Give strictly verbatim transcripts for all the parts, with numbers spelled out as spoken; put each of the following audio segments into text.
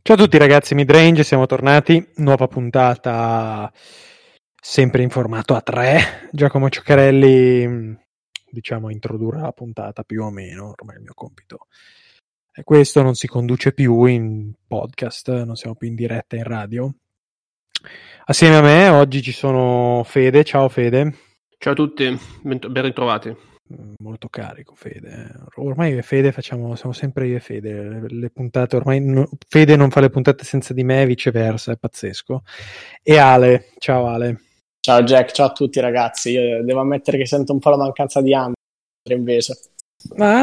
Ciao a tutti ragazzi, Midrange, siamo tornati, nuova puntata sempre in formato A tre. Giacomo Cioccarelli, diciamo, introdurrà la puntata più o meno, ormai il mio compito è questo, non si conduce più in podcast, non siamo più in diretta in radio. Assieme a me oggi ci sono Fede, ciao Fede. Ciao a tutti, ben, ben ritrovati. Molto carico Fede, ormai io e Fede facciamo, siamo sempre io e Fede, le, le puntate, ormai no, Fede non fa le puntate senza di me, viceversa, è pazzesco. E Ale, ciao Ale. Ciao Jack, ciao a tutti ragazzi, io devo ammettere che sento un po' la mancanza di Andre invece. Ma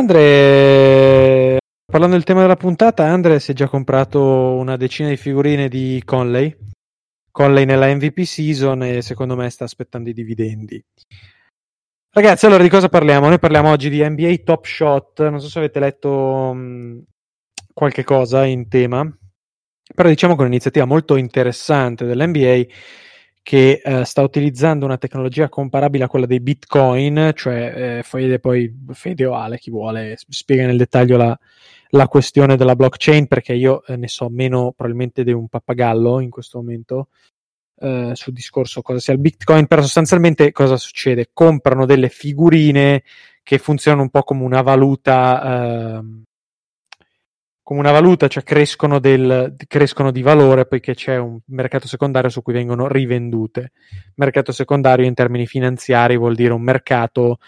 Andre, parlando del tema della puntata, Andre si è già comprato una decina di figurine di Conley, Conley nella M V P season e secondo me sta aspettando i dividendi. Ragazzi, allora di cosa parliamo? Noi parliamo oggi di N B A Top Shot, non so se avete letto mh, qualche cosa in tema, però diciamo che è un'iniziativa molto interessante dell'N B A che eh, sta utilizzando una tecnologia comparabile a quella dei Bitcoin, cioè eh, Fede, poi Fede o Ale, chi vuole, spiega nel dettaglio la, la questione della blockchain, perché io eh, ne so meno probabilmente di un pappagallo in questo momento. Uh, sul discorso cosa sia il Bitcoin, però sostanzialmente cosa succede? Comprano delle figurine che funzionano un po' come una valuta, uh, come una valuta, cioè crescono, del, crescono di valore poiché c'è un mercato secondario su cui vengono rivendute. Mercato secondario in termini finanziari vuol dire un mercato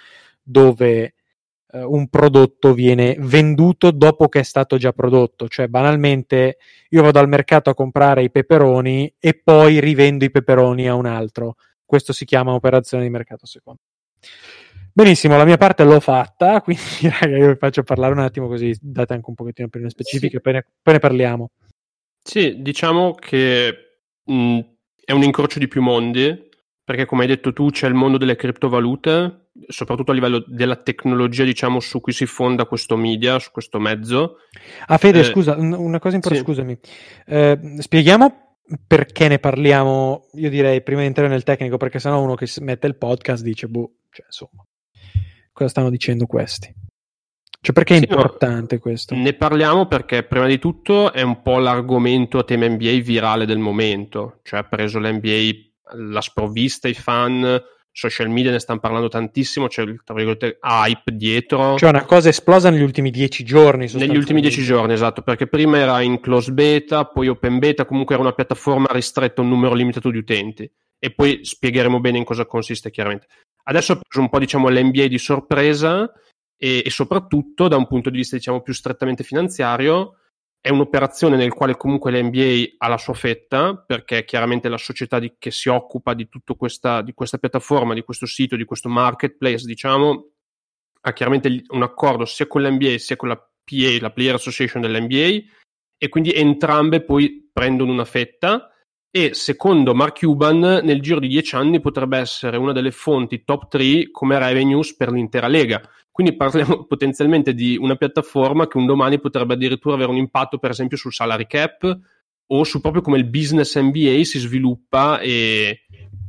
dove un prodotto viene venduto dopo che è stato già prodotto, cioè banalmente io vado al mercato a comprare i peperoni e poi rivendo i peperoni a un altro. Questo si chiama operazione di mercato secondario. Benissimo, la mia parte l'ho fatta, quindi raga, io vi faccio parlare un attimo così date anche un pochettino più specifiche, sì. poi, ne, poi ne parliamo. Sì, diciamo che mh, è un incrocio di più mondi, perché come hai detto tu c'è il mondo delle criptovalute, soprattutto a livello della tecnologia, diciamo, su cui si fonda questo media, su questo mezzo. Ah Fede, eh, scusa, una cosa importante, sì. scusami. Eh, spieghiamo perché ne parliamo, io direi, prima di entrare nel tecnico, perché sennò uno che mette il podcast dice, boh, cioè insomma, cosa stanno dicendo questi? Cioè perché è sì, importante no, questo? Ne parliamo perché prima di tutto è un po' l'argomento a tema N B A virale del momento, cioè ha preso l'N B A la sprovvista, i fan, social media ne stanno parlando tantissimo, c'è il tra virgolette hype dietro. Cioè una cosa esplosa negli ultimi dieci giorni. Negli ultimi dieci giorni, esatto, perché prima era in close beta, poi open beta, comunque era una piattaforma ristretta a un numero limitato di utenti e poi spiegheremo bene in cosa consiste chiaramente. Adesso ha preso un po' diciamo l'N B A di sorpresa e, e soprattutto da un punto di vista diciamo più strettamente finanziario è un'operazione nel quale comunque l'N B A ha la sua fetta, perché chiaramente la società di, che si occupa di tutta questa, di questa piattaforma, di questo sito, di questo marketplace, diciamo, ha chiaramente un accordo sia con l'N B A sia con la P A, la Player Association dell'N B A, e quindi entrambe poi prendono una fetta e secondo Mark Cuban nel giro di dieci anni potrebbe essere una delle fonti top tre come revenues per l'intera lega. Quindi parliamo potenzialmente di una piattaforma che un domani potrebbe addirittura avere un impatto per esempio sul salary cap o su proprio come il business N B A si sviluppa e,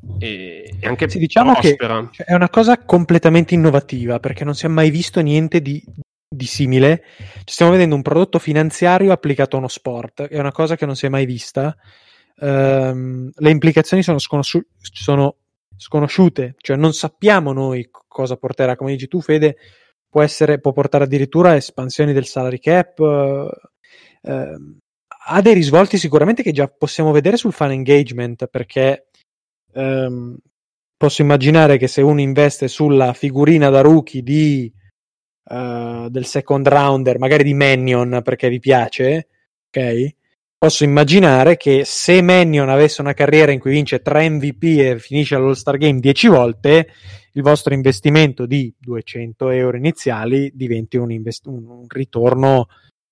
e, e anche sì, diciamo prospera. Che è una cosa completamente innovativa perché non si è mai visto niente di, di simile. Ci stiamo vedendo un prodotto finanziario applicato a uno sport, è una cosa che non si è mai vista. Um, le implicazioni sono, sconosci- sono sconosciute, cioè non sappiamo noi cosa porterà, come dici tu Fede, può essere, può portare addirittura a espansioni del salary cap, uh, uh, ha dei risvolti sicuramente che già possiamo vedere sul fan engagement, perché um, posso immaginare che se uno investe sulla figurina da rookie di uh, del second rounder, magari di Mannion perché vi piace, ok? Posso immaginare che se Mannion avesse una carriera in cui vince tre M V P e finisce all'All-Star Game dieci volte, il vostro investimento di duecento euro iniziali diventi un, invest- un ritorno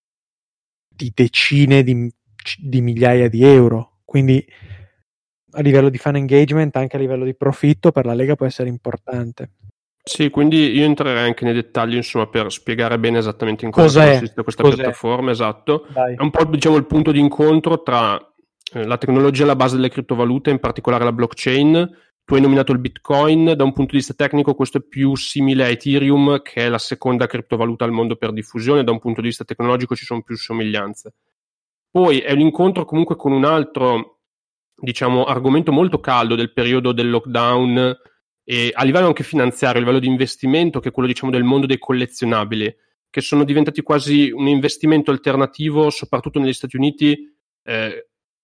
di decine di, di migliaia di euro. Quindi a livello di fan engagement, anche a livello di profitto per la Lega può essere importante. Sì, quindi io entrerei anche nei dettagli, insomma, per spiegare bene esattamente in cosa Cos'è? consiste questa Cos'è? piattaforma, esatto. Dai. È un po', diciamo, il punto di incontro tra eh, la tecnologia alla base delle criptovalute, in particolare la blockchain. Tu hai nominato il Bitcoin, da un punto di vista tecnico questo è più simile a Ethereum, che è la seconda criptovaluta al mondo per diffusione, da un punto di vista tecnologico ci sono più somiglianze. Poi è un incontro comunque con un altro, diciamo, argomento molto caldo del periodo del lockdown, e a livello anche finanziario, a livello di investimento, che è quello, diciamo, del mondo dei collezionabili, che sono diventati quasi un investimento alternativo, soprattutto negli Stati Uniti, eh,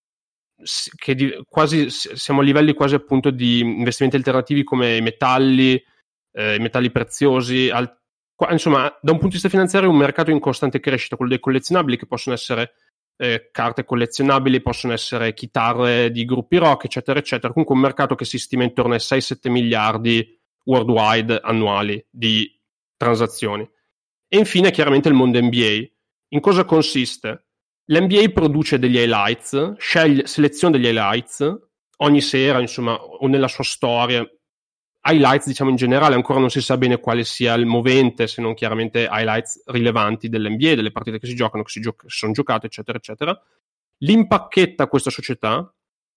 che di, quasi siamo a livelli quasi appunto di investimenti alternativi come i metalli, eh, metalli preziosi, al, qua, insomma, da un punto di vista finanziario è un mercato in costante crescita, quello dei collezionabili, che possono essere eh, carte collezionabili, possono essere chitarre di gruppi rock, eccetera, eccetera. Comunque un mercato che si stima intorno ai sei sette miliardi worldwide annuali di transazioni. E infine chiaramente il mondo N B A. In cosa consiste? L'N B A produce degli highlights, sceglie, seleziona degli highlights ogni sera, insomma, o nella sua storia. Highlights, diciamo, in generale, ancora non si sa bene quale sia il movente, se non chiaramente highlights rilevanti dell'N B A, delle partite che si giocano, che si, gio- che si sono giocate, eccetera, eccetera. L'impacchetta questa società,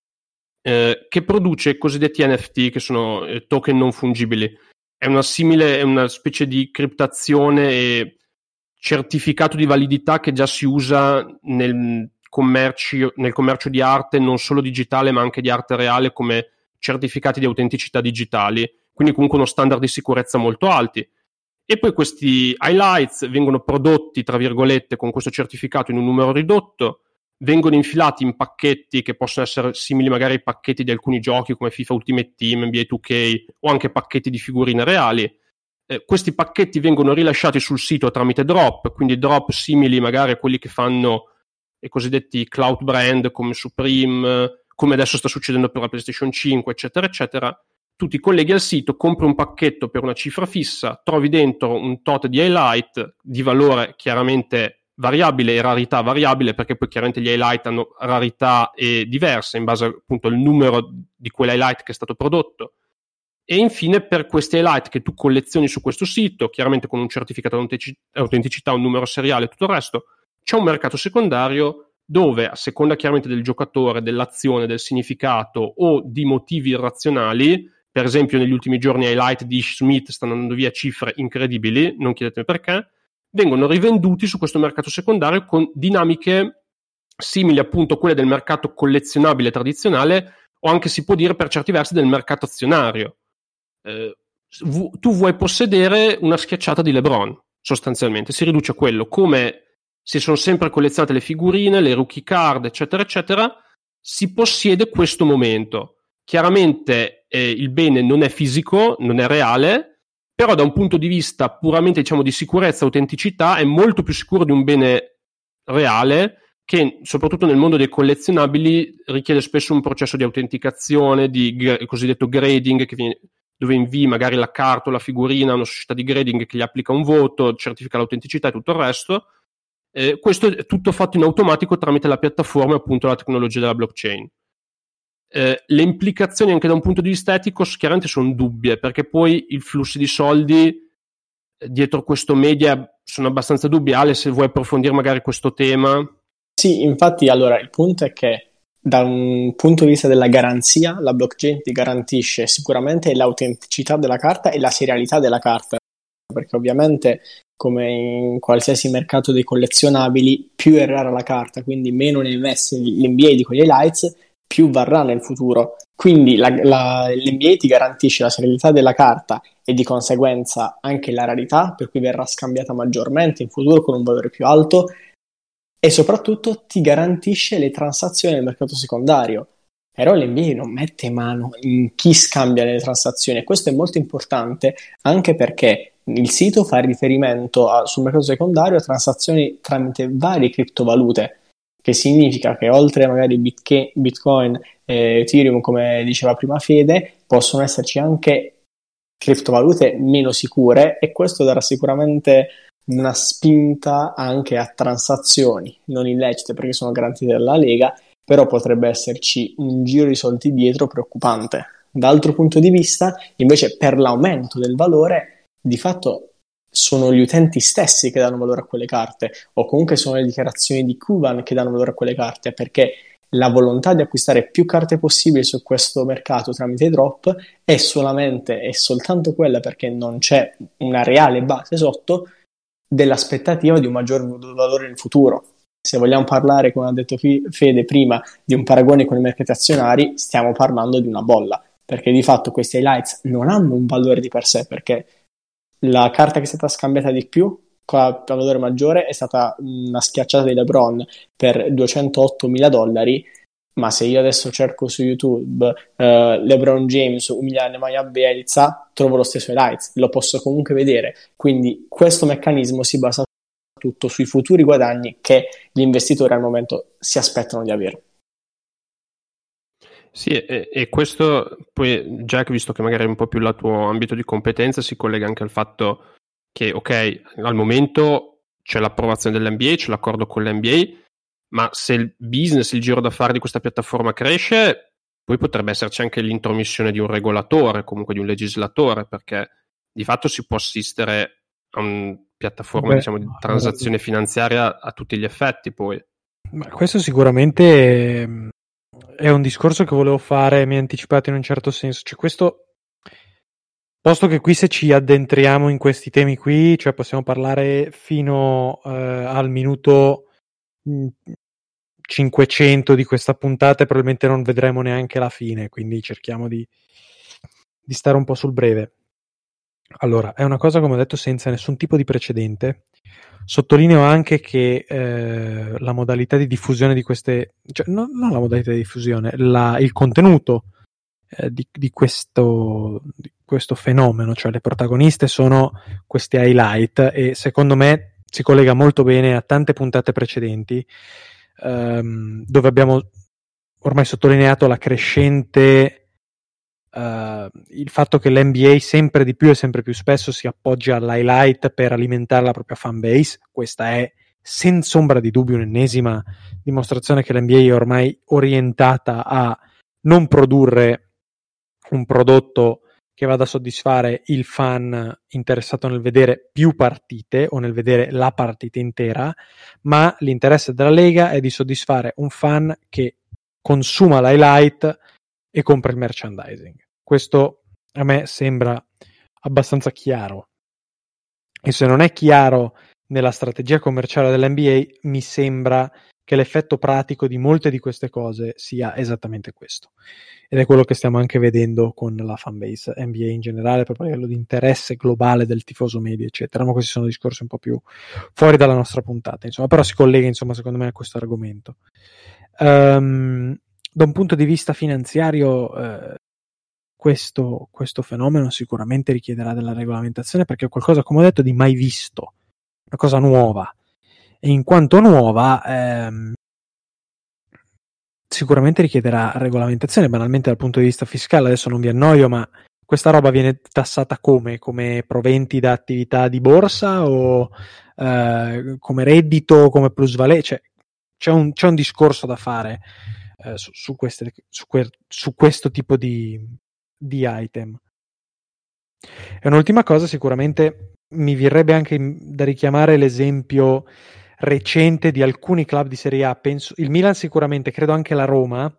eh, che produce i cosiddetti N F T, che sono eh, token non fungibili. È una simile, è una specie di criptazione e certificato di validità che già si usa nel commercio, nel commercio di arte, non solo digitale ma anche di arte reale, come certificati di autenticità digitali, quindi comunque uno standard di sicurezza molto alti. E poi questi highlights vengono prodotti, tra virgolette, con questo certificato in un numero ridotto, vengono infilati in pacchetti che possono essere simili magari ai pacchetti di alcuni giochi come FIFA Ultimate Team, N B A due K, o anche pacchetti di figurine reali. Eh, questi pacchetti vengono rilasciati sul sito tramite drop, quindi drop simili magari a quelli che fanno i cosiddetti cloud brand come Supreme, come adesso sta succedendo per la PlayStation cinque, eccetera, eccetera. Tu ti colleghi al sito, compri un pacchetto per una cifra fissa, trovi dentro un tot di highlight di valore chiaramente variabile e rarità variabile, perché poi chiaramente gli highlight hanno rarità e diverse in base appunto al numero di quell'highlight che è stato prodotto. E infine per questi highlight che tu collezioni su questo sito, chiaramente con un certificato di autenticità, un numero seriale e tutto il resto, c'è un mercato secondario dove, a seconda chiaramente del giocatore, dell'azione, del significato o di motivi irrazionali, per esempio negli ultimi giorni highlight di Ish Smith stanno andando via cifre incredibili, non chiedetemi perché, vengono rivenduti su questo mercato secondario con dinamiche simili appunto a quelle del mercato collezionabile tradizionale, o anche si può dire per certi versi del mercato azionario. Eh, v- tu vuoi possedere una schiacciata di LeBron, sostanzialmente, si riduce a quello, come si sono sempre collezionate le figurine, le rookie card, eccetera, eccetera, si possiede questo momento. Chiaramente eh, il bene non è fisico, non è reale, però da un punto di vista puramente, diciamo, di sicurezza, autenticità, è molto più sicuro di un bene reale, che soprattutto nel mondo dei collezionabili richiede spesso un processo di autenticazione, di g- cosiddetto grading, che viene, dove invii magari la carta o la figurina a una società di grading che gli applica un voto, certifica l'autenticità e tutto il resto. Eh, questo è tutto fatto in automatico tramite la piattaforma e appunto la tecnologia della blockchain. Eh, le implicazioni anche da un punto di vista etico chiaramente sono dubbie, perché poi i flussi di soldi eh, dietro questo media sono abbastanza dubbi. Ale, se vuoi approfondire magari questo tema. Sì, infatti, allora, il punto è che da un punto di vista della garanzia, la blockchain ti garantisce sicuramente l'autenticità della carta e la serialità della carta, perché ovviamente, come in qualsiasi mercato dei collezionabili, più è rara la carta, quindi meno ne investi l'N B A di quegli highlights, più varrà nel futuro. Quindi la, la, l'N B A ti garantisce la serialità della carta e di conseguenza anche la rarità, per cui verrà scambiata maggiormente in futuro con un valore più alto, e soprattutto ti garantisce le transazioni nel mercato secondario. Però l'N B A non mette mano in chi scambia le transazioni, e questo è molto importante anche perché il sito fa riferimento a, sul mercato secondario a transazioni tramite varie criptovalute, che significa che oltre magari Bitcoin e Ethereum, come diceva prima Fede, possono esserci anche criptovalute meno sicure, e questo darà sicuramente una spinta anche a transazioni non illecite, perché sono garantite dalla Lega, però potrebbe esserci un giro di soldi dietro preoccupante. D'altro punto di vista, invece, per l'aumento del valore, di fatto sono gli utenti stessi che danno valore a quelle carte, o comunque sono le dichiarazioni di Kuban che danno valore a quelle carte, perché la volontà di acquistare più carte possibili su questo mercato tramite drop è solamente e soltanto quella, perché non c'è una reale base sotto, dell'aspettativa di un maggior valore nel futuro. se vogliamo parlare, come ha detto Fede prima, di un paragone con i mercati azionari, stiamo parlando di una bolla, perché di fatto questi highlights non hanno un valore di per sé, perché la carta che è stata scambiata di più, con il valore maggiore, è stata una schiacciata di LeBron per duecentoottomila dollari, ma se io adesso cerco su YouTube uh, LeBron James umiliare Nemanja Bjelica, trovo lo stesso highlights, lo posso comunque vedere. Quindi questo meccanismo si basa tutto sui futuri guadagni che gli investitori al momento si aspettano di avere. Sì, e, e questo poi, Jack, visto che magari è un po' più il tuo ambito di competenza, si collega anche al fatto che, ok, al momento c'è l'approvazione dell'N B A, c'è l'accordo con l'N B A, ma se il business, il giro d'affari di questa piattaforma cresce, poi potrebbe esserci anche l'intromissione di un regolatore, comunque di un legislatore, perché di fatto si può assistere a una piattaforma, Beh, diciamo, di transazione no, finanziaria a tutti gli effetti poi. Ma questo sicuramente è un discorso che volevo fare, mi ha anticipato in un certo senso, cioè questo, posto che qui se ci addentriamo in questi temi qui, cioè possiamo parlare fino eh, al minuto cinquecento di questa puntata e probabilmente non vedremo neanche la fine, quindi cerchiamo di, di stare un po' sul breve. Allora, è una cosa, come ho detto, senza nessun tipo di precedente. Sottolineo anche che eh, la modalità di diffusione di queste, cioè non, non la modalità di diffusione, la, il contenuto eh, di, di, questo, di questo fenomeno, cioè le protagoniste sono questi highlight, e secondo me si collega molto bene a tante puntate precedenti ehm, dove abbiamo ormai sottolineato la crescente Uh, il fatto che l'N B A sempre di più e sempre più spesso si appoggia all'highlight per alimentare la propria fan base. Questa è senza ombra di dubbio un'ennesima dimostrazione che l'N B A è ormai orientata a non produrre un prodotto che vada a soddisfare il fan interessato nel vedere più partite o nel vedere la partita intera, ma l'interesse della Lega è di soddisfare un fan che consuma l'highlight e compra il merchandising. Questo a me sembra abbastanza chiaro, e se non è chiaro nella strategia commerciale dell'N B A, mi sembra che l'effetto pratico di molte di queste cose sia esattamente questo, ed è quello che stiamo anche vedendo con la fanbase N B A in generale, proprio a livello di interesse globale del tifoso medio, eccetera. Ma questi sono discorsi un po' più fuori dalla nostra puntata, insomma, però si collega, insomma, secondo me a questo argomento. Um, da un punto di vista finanziario eh, questo, questo fenomeno sicuramente richiederà della regolamentazione, perché è qualcosa, come ho detto, di mai visto, una cosa nuova, e in quanto nuova ehm, sicuramente richiederà regolamentazione, banalmente dal punto di vista fiscale. Adesso non vi annoio, ma questa roba viene tassata come? Come proventi da attività di borsa o eh, come reddito, come plusvalenza? Cioè, c'è un, c'è un discorso da fare eh, su, su, queste, su, que, su questo tipo di, di item. E un'ultima cosa, sicuramente mi verrebbe anche da richiamare l'esempio recente di alcuni club di Serie A. Penso il Milan sicuramente, credo anche la Roma,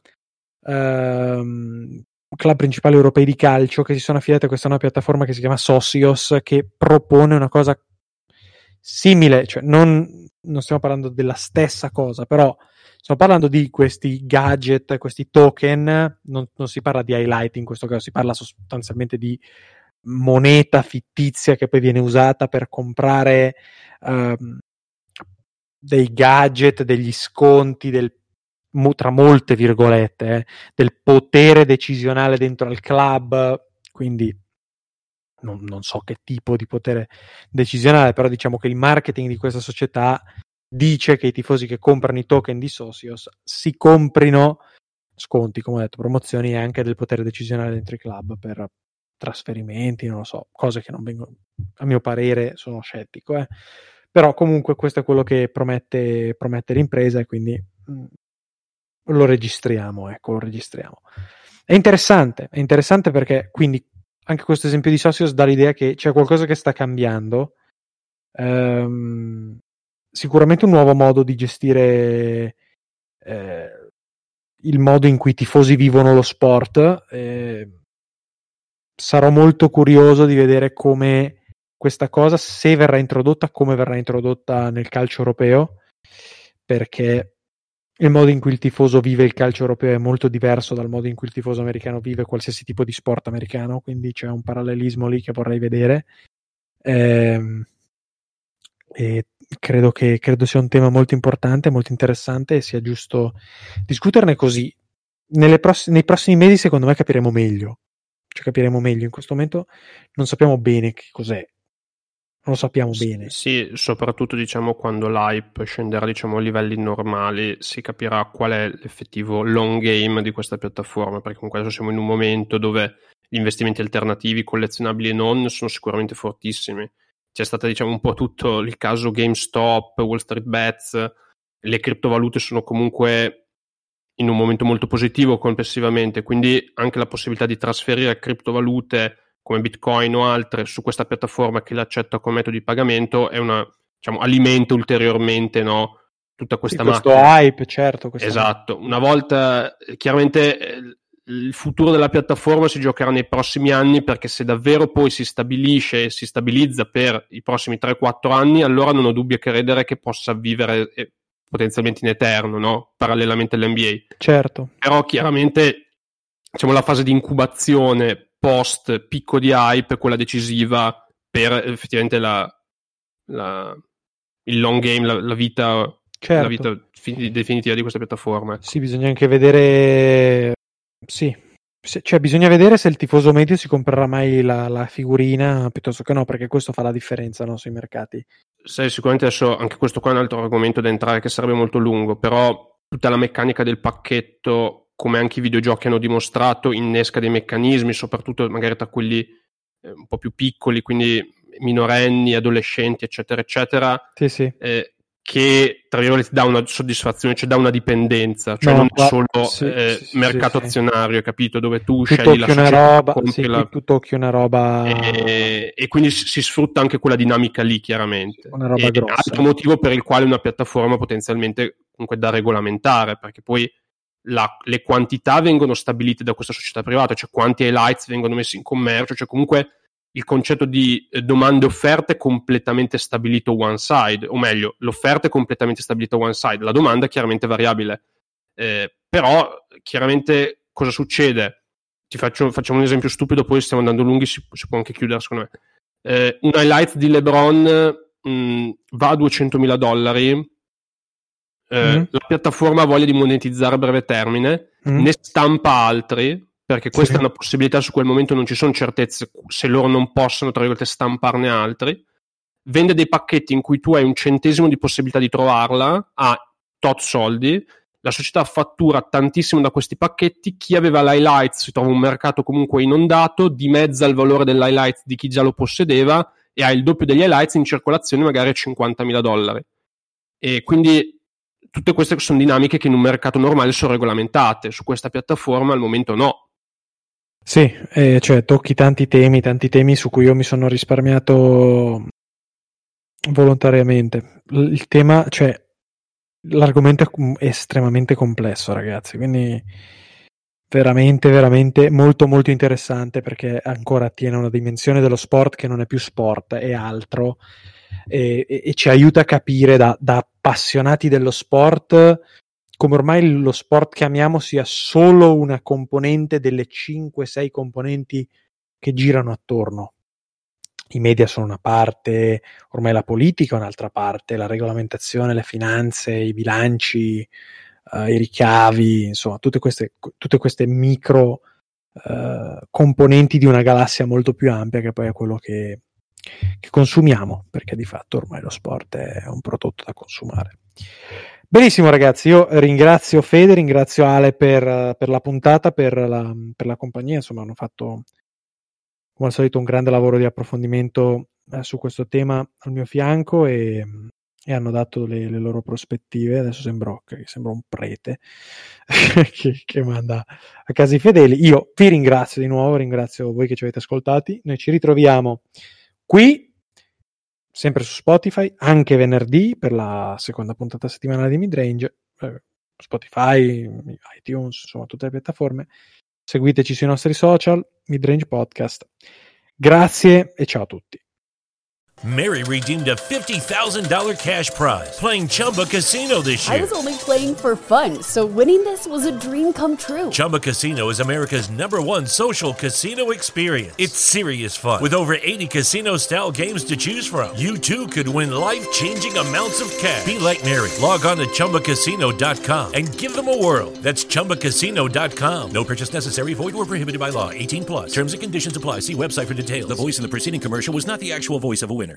ehm, club principali europei di calcio, che si sono affidati a questa nuova piattaforma che si chiama Socios, che propone una cosa simile, cioè non, non stiamo parlando della stessa cosa, però stiamo parlando di questi gadget, questi token, non, non si parla di highlight in questo caso, si parla sostanzialmente di moneta fittizia che poi viene usata per comprare ehm, dei gadget, degli sconti, del, tra molte virgolette, eh, del potere decisionale dentro al club, quindi non, non so che tipo di potere decisionale, però diciamo che il marketing di questa società dice che i tifosi che comprano i token di Socios si comprino sconti, come ho detto, promozioni e anche del potere decisionale dentro i club per trasferimenti, non lo so, cose che non vengono, a mio parere sono scettico, eh. Però comunque questo è quello che promette, promette l'impresa, e quindi mh, lo registriamo, ecco, lo registriamo. È interessante, è interessante perché quindi anche questo esempio di Socios dà l'idea che c'è qualcosa che sta cambiando, ehm, sicuramente un nuovo modo di gestire eh, il modo in cui i tifosi vivono lo sport. eh, sarò molto curioso di vedere come questa cosa, se verrà introdotta, come verrà introdotta nel calcio europeo, perché il modo in cui il tifoso vive il calcio europeo è molto diverso dal modo in cui il tifoso americano vive qualsiasi tipo di sport americano, quindi c'è un parallelismo lì che vorrei vedere. Ehm, e credo che credo sia un tema molto importante, molto interessante, e sia giusto discuterne così. Nelle pross- nei prossimi mesi secondo me capiremo meglio, cioè capiremo meglio. In questo momento non sappiamo bene che cos'è, non lo sappiamo S- bene. Sì, soprattutto diciamo quando l'hype scenderà diciamo a livelli normali si capirà qual è l'effettivo long game di questa piattaforma, perché comunque adesso siamo in un momento dove gli investimenti alternativi, collezionabili e non, sono sicuramente fortissimi. C'è stato diciamo un po' tutto il caso GameStop, Wall Street Bets, le criptovalute sono comunque in un momento molto positivo complessivamente, quindi anche la possibilità di trasferire criptovalute come Bitcoin o altre su questa piattaforma che l'accetta come metodo di pagamento è una, diciamo, alimenta ulteriormente, no, tutta questa Sì, questo macchina. hype, certo. Questa Esatto, una volta chiaramente eh, il futuro della piattaforma si giocherà nei prossimi anni, perché se davvero poi si stabilisce e si stabilizza per i prossimi tre quattro anni, allora non ho dubbio a credere che possa vivere eh, potenzialmente in eterno, no? Parallelamente all'N B A. Certo. Però chiaramente diciamo la fase di incubazione post picco di hype è quella decisiva per effettivamente la, la, il long game, la, la vita, Certo. la vita fi- definitiva di questa piattaforma. Ecco. Sì, bisogna anche vedere. Sì, se, cioè bisogna vedere se il tifoso medio si comprerà mai la, la figurina piuttosto che no, perché questo fa la differenza, no, sui mercati. Sai, sicuramente adesso anche questo qua è un altro argomento da entrare che sarebbe molto lungo, però tutta la meccanica del pacchetto, come anche i videogiochi hanno dimostrato, innesca dei meccanismi, soprattutto magari tra quelli eh, un po' più piccoli, quindi minorenni, adolescenti, eccetera, eccetera, Sì, sì. eh, che tra virgolette dà una soddisfazione, cioè dà una dipendenza, cioè No, non ma- è solo sì, eh, sì, sì, mercato sì. azionario, capito? Dove tu Tutto scegli la occhio una società, roba, compri sì, la... qui tutto occhio una roba, E, e quindi si sfrutta anche quella dinamica lì, chiaramente. una roba E grossa. altro motivo per il quale una piattaforma potenzialmente comunque da regolamentare, perché poi la, le quantità vengono stabilite da questa società privata, cioè quanti highlights vengono messi in commercio, cioè comunque il concetto di eh, domande e offerte è completamente stabilito one side, o meglio, l'offerta è completamente stabilita one side, la domanda è chiaramente variabile. Eh, però chiaramente cosa succede? Ti faccio, facciamo un esempio stupido, poi stiamo andando lunghi, si, si può anche chiudere secondo me. Eh, un highlight di LeBron mh, va a duecentomila dollari, eh, Mm. la piattaforma ha voglia di monetizzare a breve termine, Mm. ne stampa altri, perché questa Sì. è una possibilità, su quel momento non ci sono certezze se loro non possono, tra virgolette, stamparne altri, vende dei pacchetti in cui tu hai un centesimo di possibilità di trovarla a tot soldi, la società fattura tantissimo da questi pacchetti, chi aveva l'highlights si trova un mercato comunque inondato, dimezza il valore dell'highlights di chi già lo possedeva e ha il doppio degli highlights in circolazione magari a cinquantamila dollari. E quindi tutte queste sono dinamiche che in un mercato normale sono regolamentate, su questa piattaforma al momento no. Sì, eh, cioè tocchi tanti temi, tanti temi su cui io mi sono risparmiato volontariamente. Il tema, cioè l'argomento è estremamente complesso, ragazzi, quindi veramente, veramente molto, molto interessante, perché ancora attiene a una dimensione dello sport che non è più sport, è altro, e, e, e ci aiuta a capire da, da appassionati dello sport come ormai lo sport che amiamo sia solo una componente delle cinque sei componenti che girano attorno. I media sono una parte, ormai la politica è un'altra parte, la regolamentazione, le finanze, i bilanci, uh, i ricavi, insomma, tutte queste, tutte queste micro uh, componenti di una galassia molto più ampia, che poi è quello che, che consumiamo, perché di fatto ormai lo sport è un prodotto da consumare. Benissimo ragazzi, io ringrazio Fede, ringrazio Ale per, per la puntata, per la, per la compagnia, insomma hanno fatto come al solito un grande lavoro di approfondimento eh, su questo tema al mio fianco, e, e hanno dato le, le loro prospettive. Adesso sembro, che sembra un prete che, che manda a casa i fedeli. Io vi ringrazio di nuovo, ringrazio voi che ci avete ascoltati, noi ci ritroviamo qui sempre su Spotify, anche venerdì per la seconda puntata settimanale di Midrange, eh, Spotify, iTunes, insomma tutte le piattaforme. Seguiteci sui nostri social, Midrange Podcast. Grazie e ciao a tutti. Mary redeemed a fifty thousand dollars cash prize playing Chumba Casino this year. I was only playing for fun, so winning this was a dream come true. Chumba Casino is America's number one social casino experience. It's serious fun. With over eighty casino-style games to choose from, you too could win life-changing amounts of cash. Be like Mary. Log on to Chumba Casino dot com and give them a whirl. That's Chumba Casino dot com. No purchase necessary. Void or prohibited by law. eighteen plus. Terms and conditions apply. See website for details. The voice in the preceding commercial was not the actual voice of a winner.